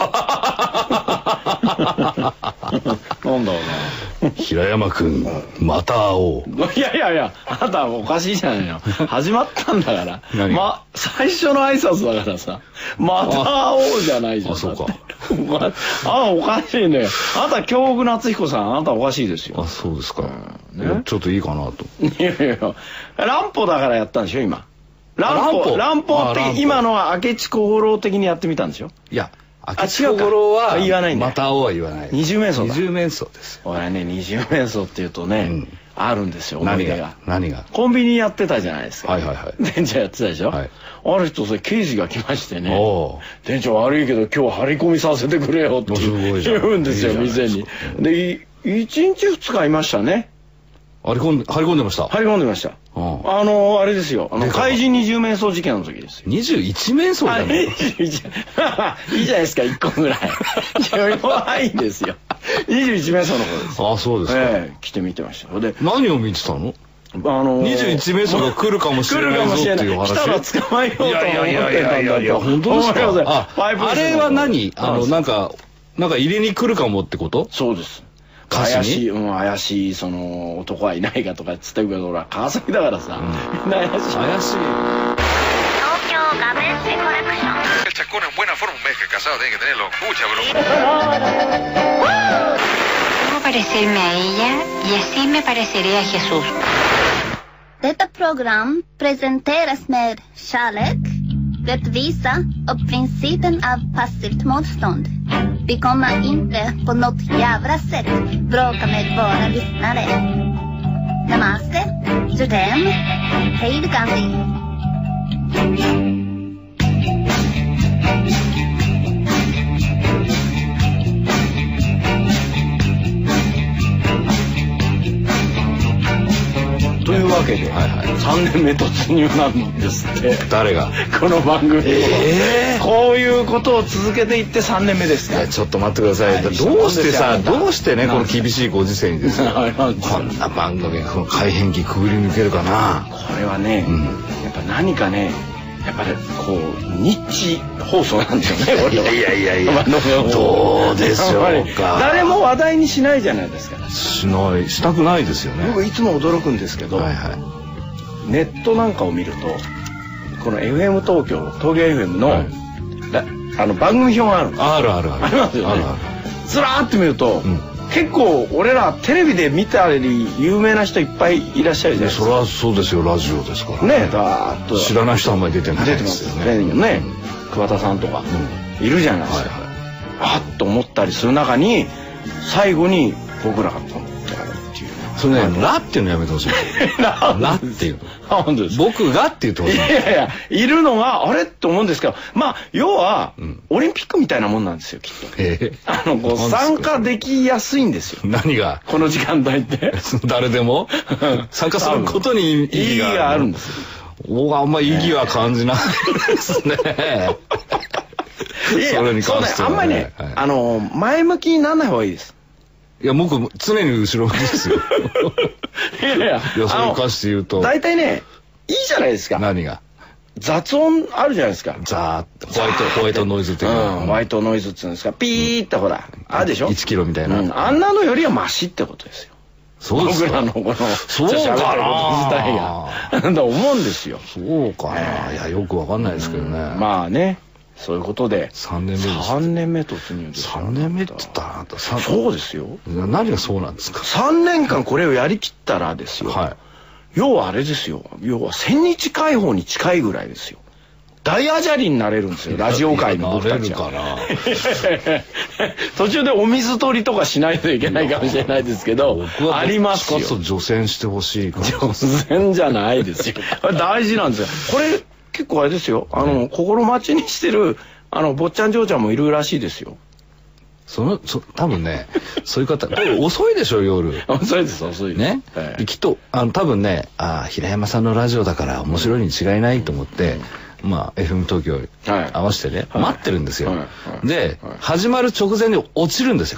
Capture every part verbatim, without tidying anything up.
なんだろうな。 平山くん、また会おう。 いやいやいや、あなたはおかしいじゃないの。始まったんだから。 何ま、最初の挨拶だからさ、また会おうじゃないじゃん。 あ、そうか。 あ、おかしいね。あなた京極夏彦さん、あなたおかしいですよ。 あ、そうですか。 うんね、 ちょっといいかなと。 いやいや、乱歩だからやったんでしょ今。乱歩、乱歩って今のは明智小五郎的にやってみたんでしょ。 いや、明智小五郎は言わないんだ。 また会おうは言わない。 二重面相だ。 二重面相です。 俺ね、二重面相っていうとね、うん、あるんですよ。思い出が。 何が？ コンビニやってたじゃないですか。 はいはいはい。 店長やってたでしょ。はい。ある人それ刑事が来ましてね。店長悪いけど今日張り込みさせてくれよって言うんですよ店に。で、一日二日いましたね。 張り込んで、張り込んでました。 張り込んでました。あの、あれですよ。あの、怪人二重面相事件の時ですよ。 二十一面相じゃない。いいじゃないですか、一個ぐらい。弱いんですよ。二十一面相の頃です。 あ、そうですか。 ええ、来て見てました。で、 何を見てたの？あのー、にじゅういちめい相が来るかもしれないぞっていう話。 来たら捕まえようと思ってたんだと。 いやいやいやいや、本当ですか。あ、あれは何？あの、なんか、なんか入れに来るかもってこと？ そうです。怪しい、うん、怪しい、その、男はいないかとかっつってるけど、俺は川崎だからさ、みんな怪しい。 怪しい。 東京ガメンセコレクション。 El chacón en buena forma, un mes que casado tiene que tenerlo. Mucha broma. Debo parecerme a ella y así me pareceré a Jesús. Detta program presenteras med kärlek, rättvisa och principen av passivt motstånd. Vi kommer inte på något jävla sätt bråka med våra lyssnare. Namaste, Jodem, hej då Gandhi. というわけで、はいはい、さんねんめ突入なんですって。 誰が？ この番組、 えー、 こういうことを続けていってさんねんめですか。 いやちょっと待ってください。どうしてさ、どうしてねこの厳しいご時世にですねこんな番組この改変期くぐり抜けるかな。 これはね、うん、やっぱ何かね、やっぱりこうニッチ放送なんですよね。 いやいやいやいやどうでしょうか。 誰も話題にしないじゃないですか。 しないしたくないですよね。 僕いつも驚くんですけど、はいはい、ネットなんかを見るとこの エフエム 東京東京 エフエム の、はい、あの番組表があるんです。 あるあるあるありますよね。あるあるずらーって見ると、うん、結構俺らテレビで見たり有名な人いっぱいいらっしゃるじゃないですか。 それはそうですよ、ラジオですからね。だーっと知らない人あんまり出てないですよね。 出てますね。桑田さんとかいるじゃないですか。あっと思ったりする中に最後に僕らがと思ってあるっていう。 それね、ラっていうのやめてほしい。ラっていうの。僕がって言ってほしい。いやいや、いるのがあれって思うんですけど、まあ要はオリンピックみたいなもんなんですよきっと。ええ。あのこう参加できやすいんですよ。 何が？ この時間帯って。 誰でも参加することに意義があるんですよ。僕はあんまり意義は感じないですね。 それに関してはあんまりね、あの前向きにならない方がいいです。 いや僕常に後ろ向きですよ。 いやいや、 いやそれに関して言うと大体ねいいじゃないですか。 何が？ 雑音あるじゃないですか。 ザーッホワイトホワイトノイズっていうか、 ホワイトノイズっていうんですか、ピーってほらあるでしょ。 いちキロみたいな。 あんなのよりはマシってことですよ。 そうですか。 僕らのこのそうかな自体がだ思うんですよ。 そうかな。いやよくわかんないですけどね。 まあね。そういうことでさんねんめです。 さんねんめ突入です。 さんねんめって言ったらあなたそうですよ。 何がそうなんですか。 さんねんかんこれをやりきったらですよ。はい。要はあれですよ。要は千日解放に近いぐらいですよ。大アジャリになれるんですよ。ラジオ界の僕たちは。途中でお水取りとかしないといけないかもしれないですけど、ありますよ。 しかし除染してほしいから。 除染じゃないですよ。大事なんですよ。これ結構あれですよ。あの、心待ちにしてるあの坊ちゃん嬢ちゃんもいるらしいですよ。 そのそ多分ねそういう方遅いでしょ夜。 遅いです遅いね。きっとあの多分ねあ平山さんのラジオだから面白いに違いないと思って。まあ エフエム 東京合わせてね、はい、待ってるんですよ、はいはい、で、はい、始まる直前に落ちるんですよ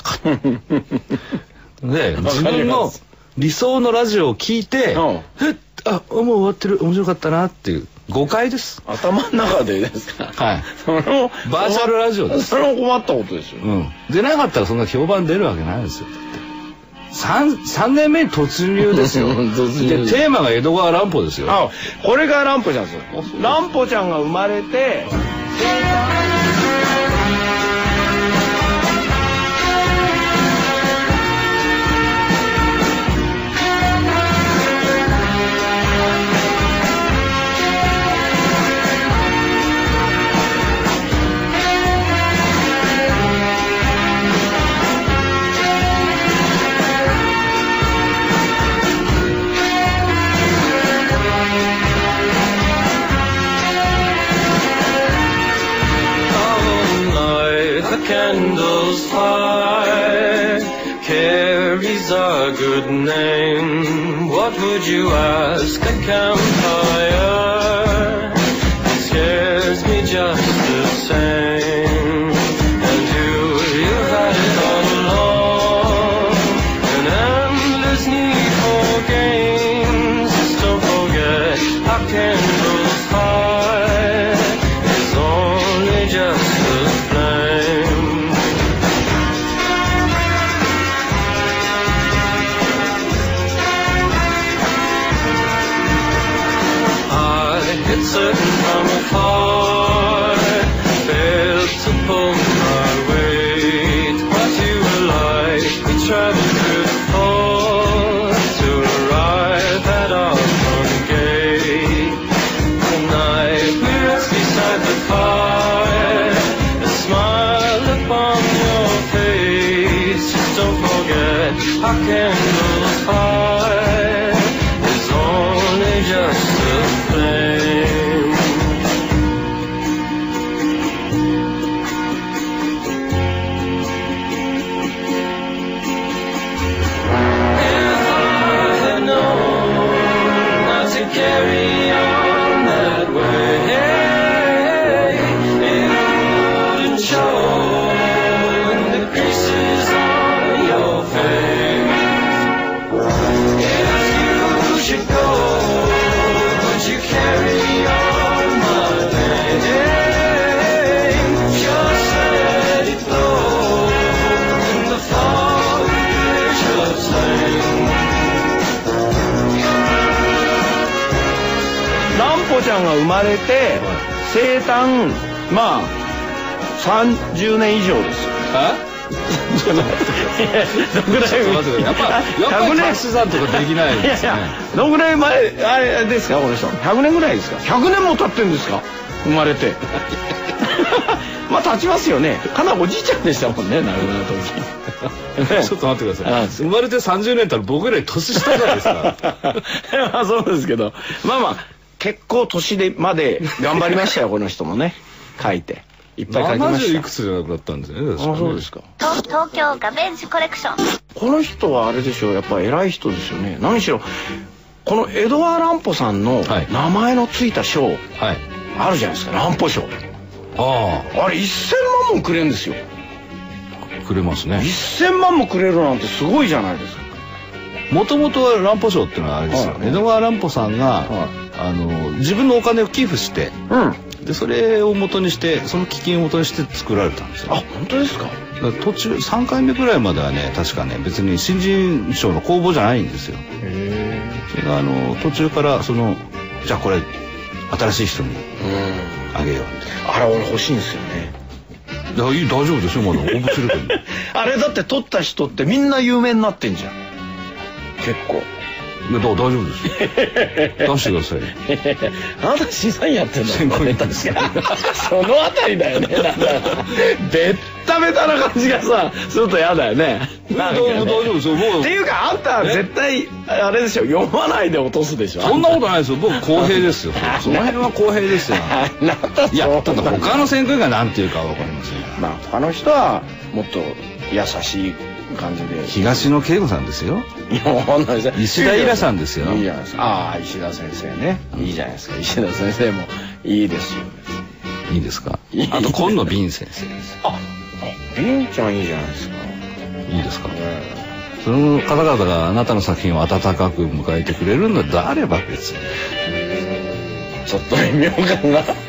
で自分の理想のラジオを聞いて、うん、えっあもう終わってる面白かったなっていう誤解です。 頭の中でですか。 はい。 そのバーチャルラジオです。 それも困ったことですよ。 うん。出なかったらそんな評判出るわけないですよ。三三年目に突入ですよ。突入でテーマが江戸川乱歩ですよ。 あ、これが乱歩ちゃんですよ。乱歩ちゃんが生まれて。 Candles high carries our good name. What would you ask a campfire? It scares me just the same. And you, you've had it all along. An endless need for games. Just don't forget our candles high is only just the flame. Certain from afar, failed to pull my weight. But you were like we traveled through the forest to arrive at our front gate. Tonight we rest beside the fire, a smile upon your face. Just don't forget our candles high is only just a flame. Carry on that way, it wouldn't show in the creases on your face. If you should go, would you carry on my name? Just let it flow in the fog of slain. 乱歩ちゃんが生まれて生誕まあさんじゅうねん以上ですよ。 ちょっと待ってください。やっぱやっぱり足し算とかできないですね。 どのぐらい前あれですかこの人。ひゃくねんぐらいですか。ひゃくねんも経ってんですか生まれて。まあ経ちますよね。かなおじいちゃんでしたもんね亡くなった時。 ちょっと待ってください。生まれてさんじゅうねんたら僕らより年下じゃないですか。 まあそうですけどまあまあ結構年でまで頑張りましたよこの人もね書いていっぱい書きました。ななじゅういくつじゃなくなったんですね。 あ、そうですか。 東京ガベージコレクション。 この人はあれでしょうやっぱ偉い人ですよね。何しろこの江戸川乱歩さんの名前のついた賞、はい、あるじゃないですか乱歩賞。あああれせんまんもくれるんですよ。 くれますね。 せんまんもくれるなんてすごいじゃないですか。 もともとは乱歩賞っていうのはあれですよ、はい、江戸川乱歩さんが、はい、あの自分のお金を寄付して、うん、でそれを元にしてその基金を元にして作られたんですよ。 あ、本当ですか。 だから途中さんかいめぐらいまではね確かね別に新人賞の公募じゃないんですよ。へそれがあの途中からそのじゃあこれ新しい人にあげようみたいな。 あれ俺欲しいんですよね。 いやいい大丈夫ですよまだ応募するけど。 あれだって取った人ってみんな有名になってんじゃん結構。 いやだ大丈夫ですよ。出してください。 あなた審査員やってんの。そのあたりだよね。なんだベッタベタな感じがさすると嫌だよね。 大丈夫ですよ。 っていうかあんた絶対あれでしょ読まないで落とすでしょ。 そんなことないですよ。僕公平ですよ。その辺は公平ですよ。いやただ他の選挙がなんていうかわかりません。 まあ他の人はもっと優しい感じで。 東野圭吾さんですよ。 いやわかんないです。 石田イラさんですよ。 いいじゃないですか。ああ石田先生ね。いいじゃないですか。石田先生もいいですよ。 いいですか。あと今野敏先生です。 あ、敏ちゃんいいじゃないですか。 いいですか。その方々があなたの作品を温かく迎えてくれるのであれば別に。 ちょっと微妙感がまたこ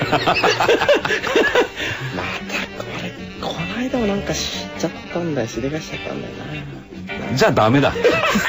れこの間もなんか知っちゃったんだよ、しでかしちゃったんだよな。 じゃあダメだ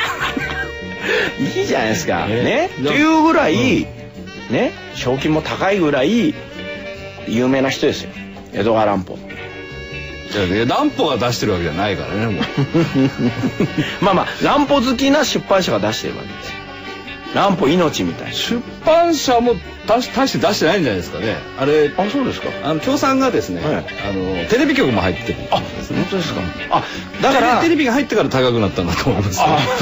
いいじゃないですか、ねっていうぐらい、ね、賞金も高いぐらい有名な人ですよ、江戸川乱歩。 乱歩が出してるわけじゃないからね、もうまあまあ乱歩好きな出版社が出してるわけですよ。乱歩命みたいな出版社も大して出してないんじゃないですかね、あれ。 あ、そうですか。 あの協賛がですね、はい、あのテレビ局も入ってる。 あ、本当ですか。あ、だからテレビが入ってから高くなったんだと思います、ね、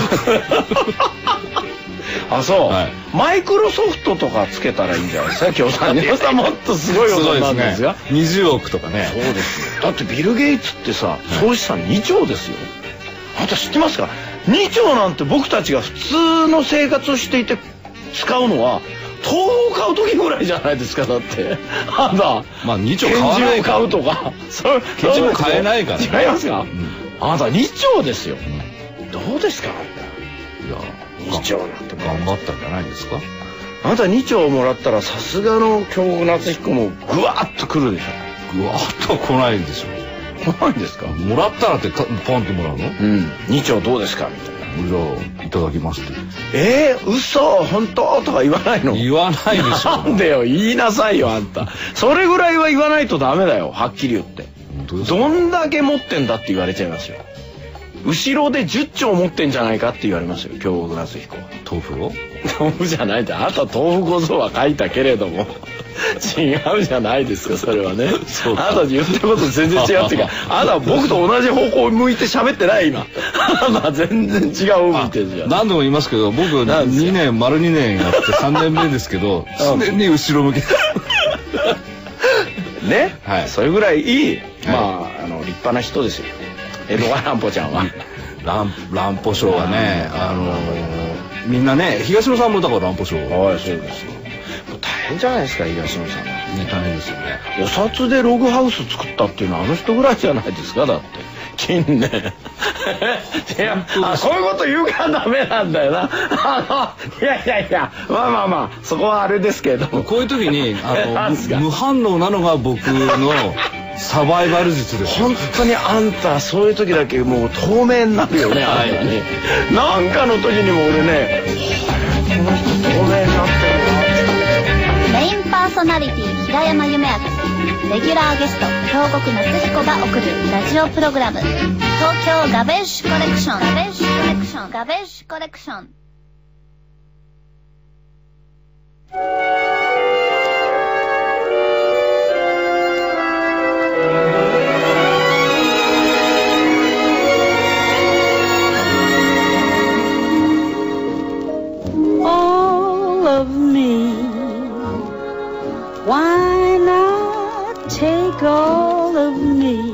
ああ、そう、 はい、 マイクロソフトとかつけたらいいんじゃないですか、協賛に。もっとすごいことなんですよ。 にじゅうおくとかね。 そうですよ。だってビル・ゲイツってさ、総資産にちょうですよ。あなた知ってますか。にちょうなんて僕たちが普通の生活をしていて使うのは豆腐を買う時ぐらいじゃないですか。だってあんたまあにちょう買わないから、 拳銃を買うとかそう拳銃も買えないから、 ね、違いますか、うん、あなたにちょうですよ、うん、どうですか。 いやにちょうなんて頑張ったんじゃないですか。 あなたにちょうもらったらさすがの京極夏彦もぐわっとくるでしょ。 ぐわっと来ないでしょ。 来ないんですか。 もらったらってポンってもらうの。 うん、にちょうどうですかみたいな。 じゃあいただきますって。 えー、嘘本当とか言わないの。 言わないでしょ。 なんでよ、言いなさいよあんた。それぐらいは言わないとダメだよ、はっきり言って。どんだけ持ってんだって言われちゃいますよ。後ろでじゅっちょう持ってんじゃないかって言われますよ、京極夏彦は。 豆腐を豆腐じゃないんだ。あなた豆腐小僧は書いたけれども違うじゃないですか、それはね。あなた言ってること全然違うっていうか、あなたは僕と同じ方向を向いて喋ってない今。あなた全然違う向いてるじゃん。 何度も言いますけど、僕にねん丸にねんやってさんねんめですけど常に後ろ向きね、はい、それぐらいいい、 はい、 まああの立派な人ですよ、江戸川乱歩ちゃんは。 乱歩賞はね、あのー、みんなね、東野さんもだから乱歩賞。 はい、そうですよ。大変じゃないですか、東野さんは。 ね、大変ですよね。 お札でログハウス作ったっていうのはあの人ぐらいじゃないですか、だって。近年。いや、あ、そういうこと言うからダメなんだよな。あの、いやいやいや、まあまあまあ、そこはあれですけれども。 こういう時に、あの、無反応なのが僕のサバイバル術です。 本当にあんた、そういう時だけもう透明になるよね、あんたに。なんかの時にも俺ね、この人透明になってるな。メインパーソナリティ平山夢明、レギュラーゲスト京極夏彦が送るラジオプログラム、東京ガベッシュコレクション、ガベッシュコレクション、ガベッシュコレクション。 All of me, why not take all of me。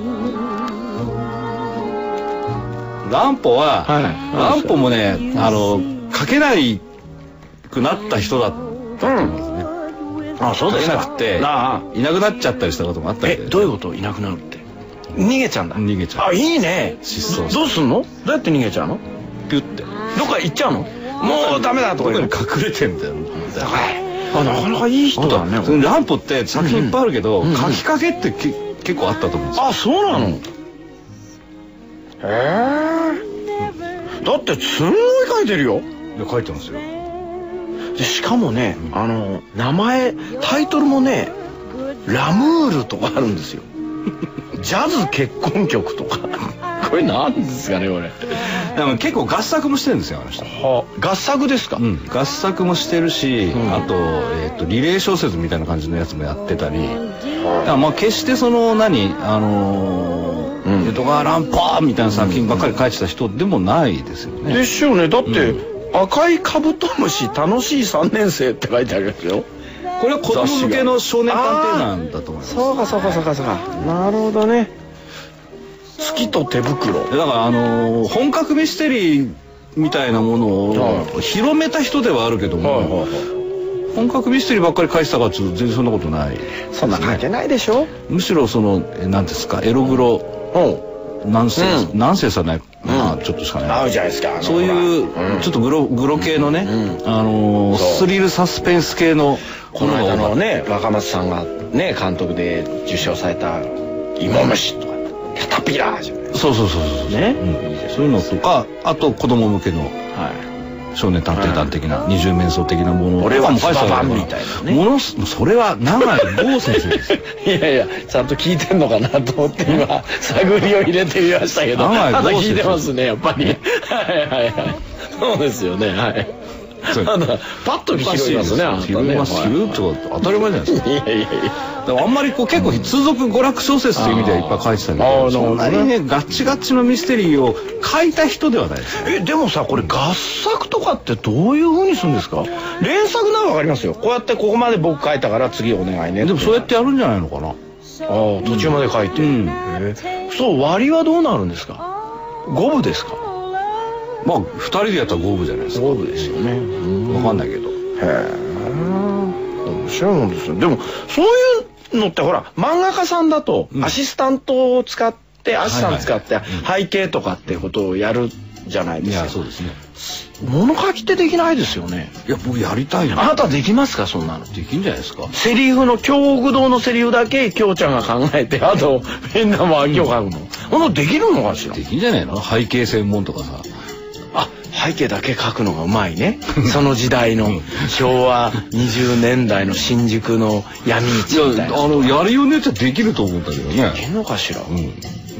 乱歩は、はい、乱歩もね、あの書けないくなった人だったんですね。 うん、あ、そうですか。 書けなくていなくなっちゃったりしたこともあったんで。 え、どういうこと？いなくなるって。逃げちゃうんだ。 逃げちゃう。 あ、いいね。 失踪。 どうすんの？どうやって逃げちゃうの？ ピュって。 どっか行っちゃうの？もうダメだとか言う。どこに隠れてんだよ。 あ、なかなかいい人だね。 乱歩って作品いっぱいあるけど、書きかけって結構あったと思うんですよ。 あ、そうなの？へえ。だってすんごい書いてるよ。 いや、書いてますよ。 でしかもね、あの名前タイトルもね、ラムールとかあるんですよ。ジャズ結婚曲とか。これなんですかね、これ。 でも結構合作もしてるんですよ、あの人。 はあ、合作ですか？ うん、合作もしてるし、うん、あと、えっとリレー小説みたいな感じのやつもやってたり。だからまあ決してその何あのー、江戸川乱歩みたいな作品ばっかり書いてた人でもないですよね。 でしょうね。だって、うん、赤いカブトムシ楽しいさんねん生って書いてあるんですよ。 これは子供向けの少年探偵なんだと思います。 そうかそうかそうかそうか。なるほどね。月と手袋。 だからあのー、本格ミステリーみたいなものを広めた人ではあるけども、はいはいはい、本格ミステリーばっかり書いてたかっていうと全然そんなことない、ね、 そんな書いてないでしょ。 むしろその何ですか、エログロナンセンス、うん、ナンセンスはない、まあ、 ちょっとしかない。 合うじゃないですか。 そういうちょっとグログロ系のね、あのスリルサスペンス系のこの間のね若松さんがね監督で受賞された芋虫とかキャタピラーじゃない。 そうそうそうそうね。そういうのとか、あと子供向けの少年探偵団的な二重面相的なもの。 俺はツババンみたいなね。 ものそれは永井豪先生です。 いやいやちゃんと聞いてんのかなと思って今探りを入れてみましたけど。 永井豪先生。 聞いてますねやっぱり。はいはいはい。そうですよねはい。パッと拾いますね。 拾います。拾うって当たり前じゃないですか。 いやいやいや。 でもあんまりこう結構通俗娯楽小説という意味ではいっぱい書いてたけど、そんなにねガッチガチのミステリーを書いた人ではないです。 えでもさこれ合作とかってどういう風にするんですか。連作ならわかりますよ。こうやってここまで僕書いたから次お願いね。 でもそうやってやるんじゃないのかな。ああ途中まで書いて。そう割りはどうなるんですか。五部ですか。 まあふたりでやったら五部じゃないですか。 五部ですよね。 わかんないけど。へえ。面白いもんですよ。でもそういうのってほら漫画家さんだとアシスタントを使ってアシスタント使って背景とかってことをやるじゃないですか。 いやそうですね。 物書きってできないですよね。 いや僕やりたいな。 あなたできますかそんなの。 できんじゃないですか。 セリフの京極堂のセリフだけ京ちゃんが考えてあとみんなも秋を書くの。ほんとできるのかしら。 できんじゃないの。背景専門とかさ。 あ背景だけ描くのがうまいね。その時代の昭和にじゅうねんだいの新宿の闇市みたいな。 あのやるようによっちゃできると思うんだけどね。 できるのかしら。うん。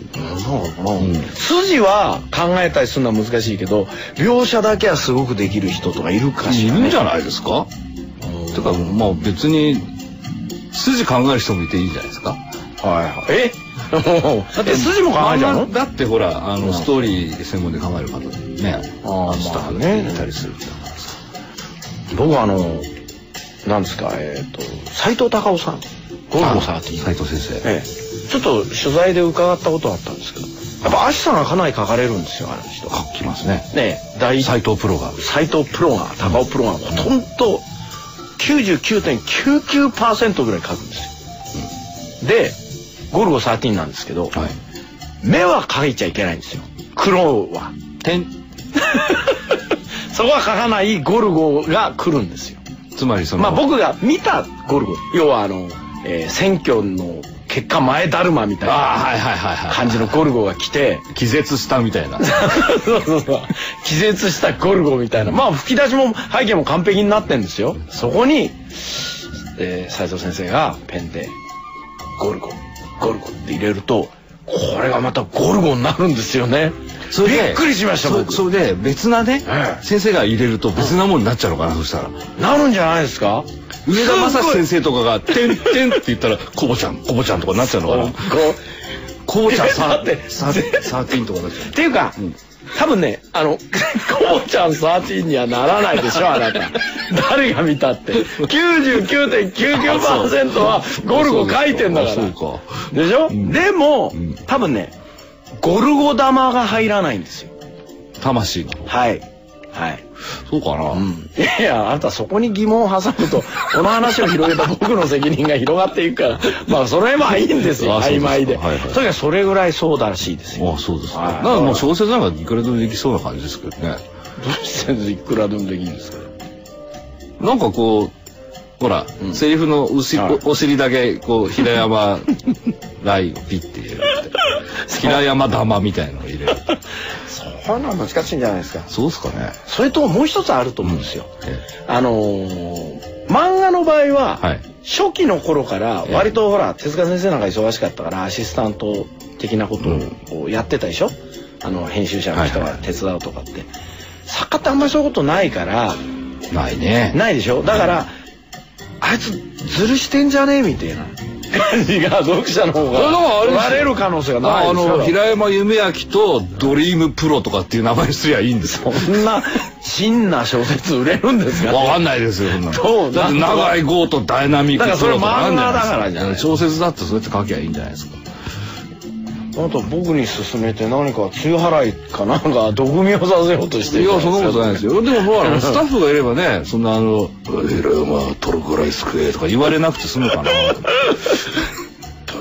筋は考えたりするのは難しいけど描写だけはすごくできる人とかいるかしら、ね。 いるんじゃないですか。てかまあ別に筋考える人もいていいんじゃないですか。 はいはい。えだって筋も考えちゃうの。 だってほらあのストーリー専門で考える方ねスタッフねいたりするじゃないですか。 僕あのなんですかえっと斉藤隆夫さんゴルゴサーティーン斉藤先生、 ええ、ちょっと取材で伺ったことあったんですけどやっぱアシさんがかなり書かれるんですよあの人。 書きますね。 ね大斉藤プロが斉藤プロが隆夫プロがほとんど きゅうじゅうきゅうてんきゅうきゅうパーセント ぐらい書くんですよ。でゴルゴじゅうさんなんですけど、はい、目は描いちゃいけないんですよ。黒は点そこは描かないゴルゴが来るんですよ。 つまりそのまあ僕が見たゴルゴ要はあの、えー、選挙の結果前だるまみたいな感じのゴルゴが来て気絶したみたいなそうそうそう気絶したゴルゴみたいなまあ吹き出しも背景も完璧になってんですよ。そこに、えー、斉藤先生がペンでゴルゴゴルゴって入れるとこれがまたゴルゴになるんですよね。それでびっくりしました僕。 それで別なね、ええ、先生が入れると別なものになっちゃうのかな、うん、そしたらなるんじゃないですか。 上田正史先生とかが「てんてん」って言ったら「コボちゃんコボちゃん」とかになっちゃうのかな。コボちゃんサーティンとかなっちゃうっていうか、うん、多分ねあのコボちゃんサーティンにはならないでしょあなた誰が見たってきゅうじゅうきゅうてんきゅうきゅうパーセント はゴルゴ書いてんだからそうかでしょ、うん、でも、うん、多分ねゴルゴ玉が入らないんですよ魂の。 はいはいそうかな、うん、 いやあなたそこに疑問を挟むとこの話を広げた僕の責任が広がっていくからまあそれはいいんですよ曖昧で。はいはい、とにかくそれぐらいそうだらしいですよ。 あそうですか。だからもう小説なんかいくらでもできそうな感じですけどね。 どうしていくらでもできるんですか。 なんかこうほら、うん、セリフのおし、はい、お尻だけこう平山ラインをピッて入れるって平山玉みたいのを入れるそういうのは難しいんじゃないですか。 そうですかね。 それともう一つあると思うんですよ、うんええ、あのー、漫画の場合は、はい、初期の頃から割とほら、ええ、手塚先生なんか忙しかったからアシスタント的なことをやってたでしょ、うん、あの編集者の人が手伝うとかって、はいはい、作家ってあんまりそういうことないからないねないでしょ。だから、うんあいつずるしてんじゃねえみたいな感じが読者の方が言われる可能性がないですから。あの平山夢明とドリームプロとかっていう名前にすりゃいいんですよ。 そんな真な小説売れるんですか、ね、 わかんないですよそんなの。だって長井豪とダイナミックプロとかあるんじゃないですか。だからそれ漫画だからじゃない。小説だってそうやって書きゃいいんじゃないですか。 あと僕に勧めて何か露払いかなんか毒味をさせようとしてる。 いやそんなことないですよ。でもほらスタッフがいればねそんなあの「平山トルコライス食え」とか言われなくて済むかな。 トルコラ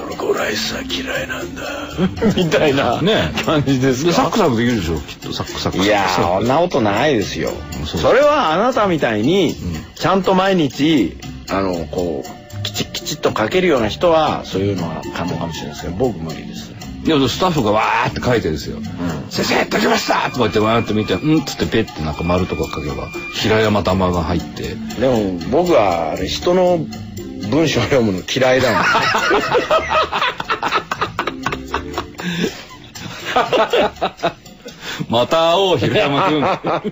アイスは嫌いなんだみたいなね感じですか。 サクサクできるでしょきっと。サクサク。 いやーそんなことないですよ。それはあなたみたいにちゃんと毎日あのこうきちっきちっと書けるような人はそういうのは可能かもしれないですけど、僕無理です。 いやスタッフがわーって書いてですよ、うん、先生解けましたとか言ってわーって見てうんっつってペッてなんか丸とか書けば平山玉が入って。 でも僕はあれ人の文章読むの嫌いだもんまた会おう平山くん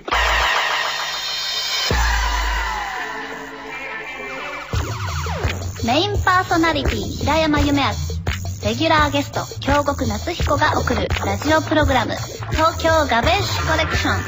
メインパーソナリティ平山夢明、レギュラーゲスト京極夏彦が送るラジオプログラム東京ガベッシュコレクション。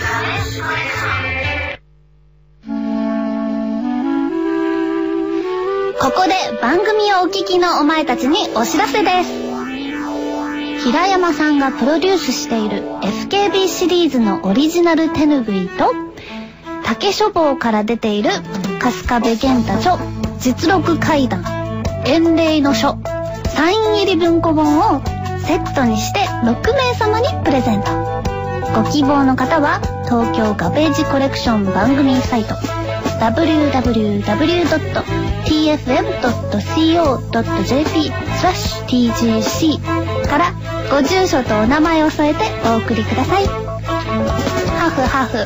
ここで番組をお聞きのお前たちにお知らせです。平山さんがプロデュースしている エフケービー シリーズのオリジナル手ぬぐいと竹書房から出ている春日部源太著実録怪談遠霊の書サイン入り文庫本をセットにしてろくめいさまにプレゼント。ご希望の方は東京ガベージコレクション番組サイト ダブリューダブリューダブリュードットティーエフエムドットシーオードットジェーピー スラッシュ ティージーシー からご住所とお名前を添えてお送りください。ハフハフ。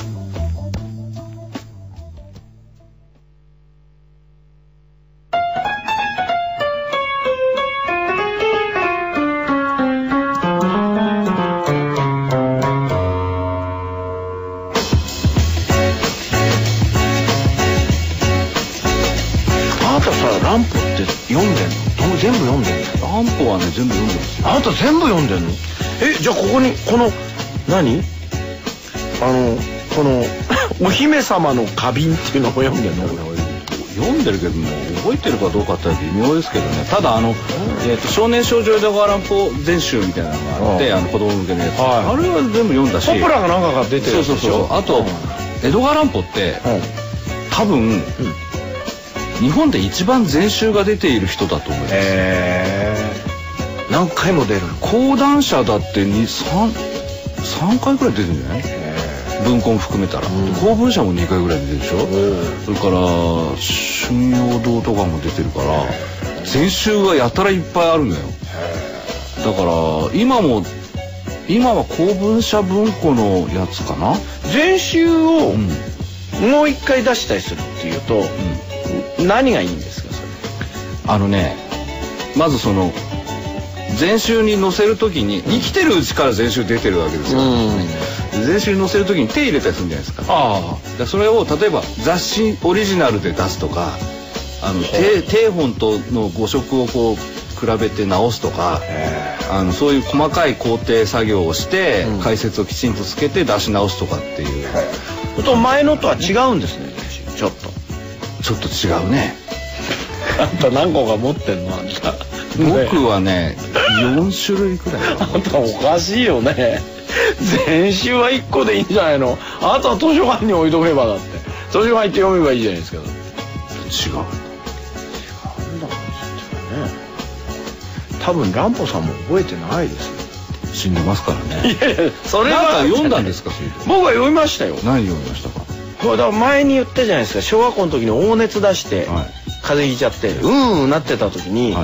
ランプって読んでんの？全部読んでんの？ ランプはね全部読んでますよ。 あなた全部読んでんの？え、じゃあここにこの何？あのこのお姫様の花瓶っていうのを読んでんの？ 読んでるけども覚えてるかどうかって微妙ですけどね。ただあの、えー、と少年少女江戸川乱歩全集みたいなのがあって、あの子供向けのやつ、はい、あれは全部読んだし、 ポプラがなんかが出てるでしょ。 そうそうそう。あと、うん、江戸川乱歩って、うん、多分、うん日本で一番全集が出ている人だと思います。 へー。何回も出るの？ 講談社だってに、さん、さんかいぐらい出てるんじゃない？文庫も含めたら、うん、公文社もにかいぐらい出てるでしょ。それから春陽堂とかも出てるから全集がやたらいっぱいあるのよ。だから今も今は公文社文庫のやつかな。 全集をもう一回出したりするっていうと、うん、何がいいんですかそれ？ あのね、まずその全集に載せるときに生きてるうちから全集出てるわけですよ、うん、全集に載せるときに手入れたりするんじゃないですか。ああ。それを例えば雑誌オリジナルで出すとか、あの定本との誤色をこう比べて直すとか、あのそういう細かい工程作業をして、うん、解説をきちんとつけて出し直すとかっていう。 と前のとは違うんですね。ちょっとちょっと違うね。 あんた何個か持ってんのあんた。 僕はねよんしゅるいくらい。 あんたおかしいよね。全集はいっこでいいんじゃないの？あとは図書館に置いとけばだって。図書館行って読めばいいじゃないですか。違う。 違うんだからね。多分乱歩さんも覚えてないですよ。 死んでますからね。 いやいや、それはなんか読んだんですか？ 僕は読みましたよ。 何読みましたか？ これだから前に言ったじゃないですか。小学校の時に大熱出して、はい、風邪ひいちゃってうんうんなってた時に、はい、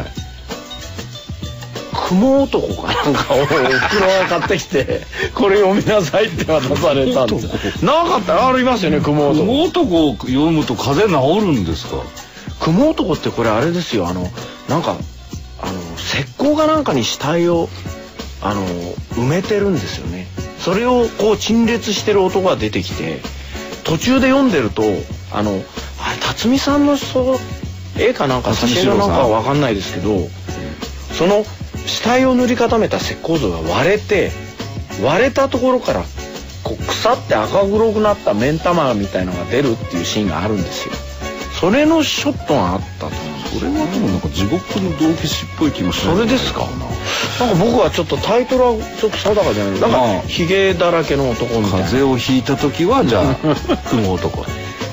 雲男かなんかをおふくろが買ってきてこれ読みなさいって渡されたんです。なかったらありますよね雲男。 雲男を読むと風邪治るんですか？ 雲男ってこれあれですよ。あのなんかあの石膏がなんかに死体をあの埋めてるんですよね。それをこう陳列してる男が出てきて途中で読んでるとあのあれ辰巳さんのそう絵かなんか写真かなんかは分かんないですけど、うん、その死体を塗り固めた石膏像が割れて割れたところからこう腐って赤黒くなった目ん玉みたいのが出るっていうシーンがあるんですよ。それのショットがあったと。 それはでもなんか地獄の道化師っぽい気もしない。 それですか。なんか僕はちょっとタイトルはちょっと定かじゃない。なんかヒゲだらけの男みたいな。 風邪をひいた時はじゃあ雲男。 い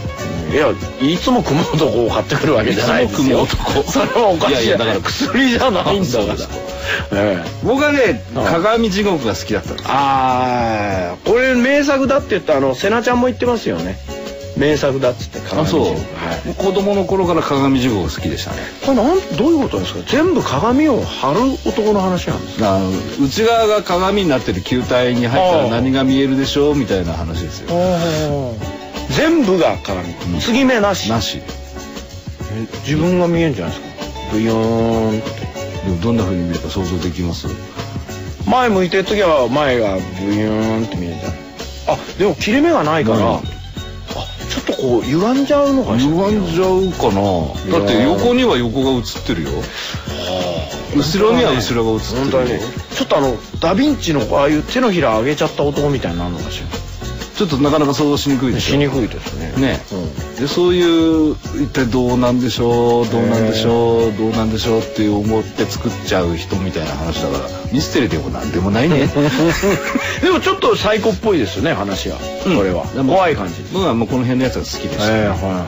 いやいつも組む男を買ってくるわけじゃないですよ。いつも組む男。それはおかしい。いやいやだから薬じゃないんだから。 ええ、僕はね鏡地獄が好きだったんです。 ああこれ名作だって言ったあの瀬名ちゃんも言ってますよね。名作だっつって鏡地獄。 あそう、はい、子供の頃から鏡地獄が好きでしたね。 これなんどういうことですか。全部鏡を貼る男の話なんですか。 あの内側が鏡になってる球体に入ったら何が見えるでしょうみたいな話ですよ。 全部が鏡、うん、継ぎ目なしなし。 え自分が見えるんじゃないですか。ブヨーンって。 でもどんな風に見るか想像できます？ 前向いてる時は前がブヨーンって見えるじゃん。あでも切れ目がないから、うん、あちょっとこう歪んじゃうのかしら。 歪んじゃうかな。だって横には横が映ってるよ。後ろには後ろが映ってるよ。 ね、ちょっとあのダヴィンチのああいう手のひら上げちゃった男みたいになるのかしら。 ちょっとなかなか想像しにくいでしょ。 しにくいですね。 ね、うん、でそういう一体どうなんでしょうどうなんでしょうどうなんでしょうって思って作っちゃう人みたいな話だからミステリーでもなんでもないね。 でもちょっとサイコっぽいですよね話は、うん、これは怖い感じ。 僕はもうこの辺のやつが好きでした、ね。えーはいはい、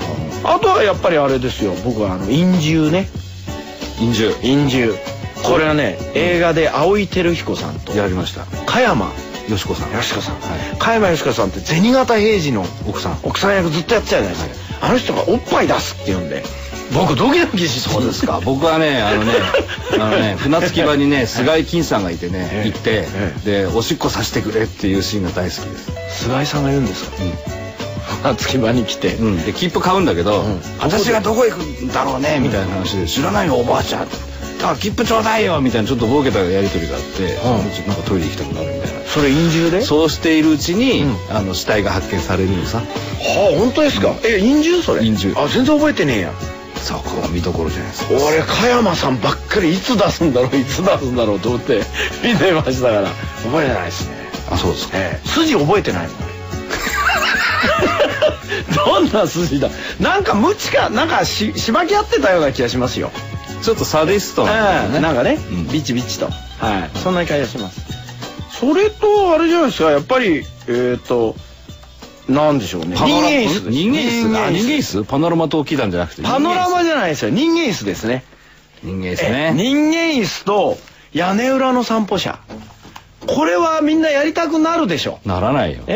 あとはやっぱりあれですよ。僕はあの陰獣ね。 陰獣陰獣これはね、うん、映画で青井輝彦さんとやりました。 加山よしこさん。 よしこさん。加山よしこさんって銭形平次の奥さん。 奥さん役ずっとやってたじゃないですか。あの人がおっぱい出すって言うんで、僕ドキドキしそうですか。僕はねあのねあのね船着き場にね菅井金さんがいてね行ってでおしっこさせてくれっていうシーンが大好きです。 菅井さんが言うんですか。船着き場に来てで切符買うんだけど私がどこ行くんだろうねみたいな話で知らないよおばあちゃん。あ切符ちょうだいよみたいなちょっとボケたやり取りがあってなんかトイレ行きたくなるみたいな。 それ陰獣でそうしているうちに、うん、あの死体が発見されるのさ。 はあ本当ですか。うん、え陰獣それ。 陰獣。 あ全然覚えてねえや。 そこが見どころじゃないですか。 俺加山さんばっかりいつ出すんだろういつ出すんだろうと思って見てましたから覚えてないですね。 あそうですか。 ええ、筋覚えてないもん。どんな筋だ。なんか無知かなんかししばき合ってたような気がしますよ。 ちょっとサディストなんだね。なんかね、うん、ビチビチとはいそんな気がします。それとあれじゃないですかやっぱりえっとなんでしょうね。人間椅子。 人間椅子。あ人間椅子。パノラマ島祈願じゃなくて。 パノラマじゃないですよ。人間椅子ですね。 人間椅子ね。 人間椅子と屋根裏の散歩者。これはみんなやりたくなるでしょ。 ならないよ。 え？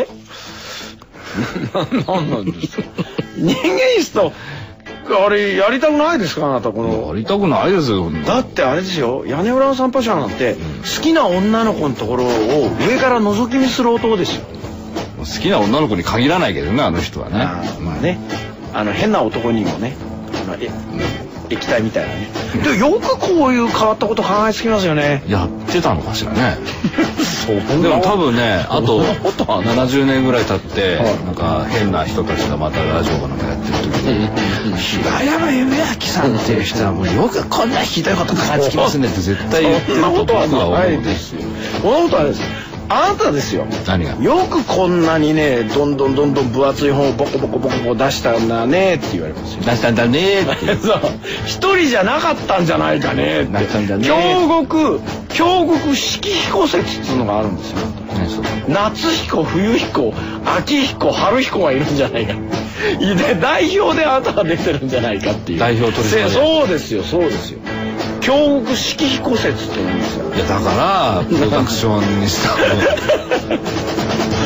なんなんですか。人間椅子とあれやりたくないですかあなたこの。 やりたくないですよ。 だってあれですよ屋根裏の散歩者なんて好きな女の子のところを上から覗き見する男ですよ。 好きな女の子に限らないけどねあの人はね。 あまあねあの変な男にもねあのえ液体みたいなね。でよくこういう変わったこと考えつきますよね。 やってたのかしらね。そうでも多分ねあとななじゅうねんぐらい経ってなんか変な人たちがまたラジオかなんかやってる時に平山夢明さんっていう人はもうよくこんなひどいこと考えつきますねって絶対言ってると僕は思うんですよ。 そんなことはないです。あなたですよ。 何がよくこんなにねどんどんどんどん分厚い本をボコボコボコボコ出したんだねって言われますよ。 出したんだねって。 そう一人じゃなかったんじゃないかねって。 出したんだね。 京極京極四季彦説っていうのがあるんですよ。夏彦冬彦秋彦春彦がいるんじゃないか。で代表であなたが出てるんじゃないかっていう。 代表取り締そうですよそうですよ。京極四季彦説って言うんですよ。 いやだからプロダクションにしたの。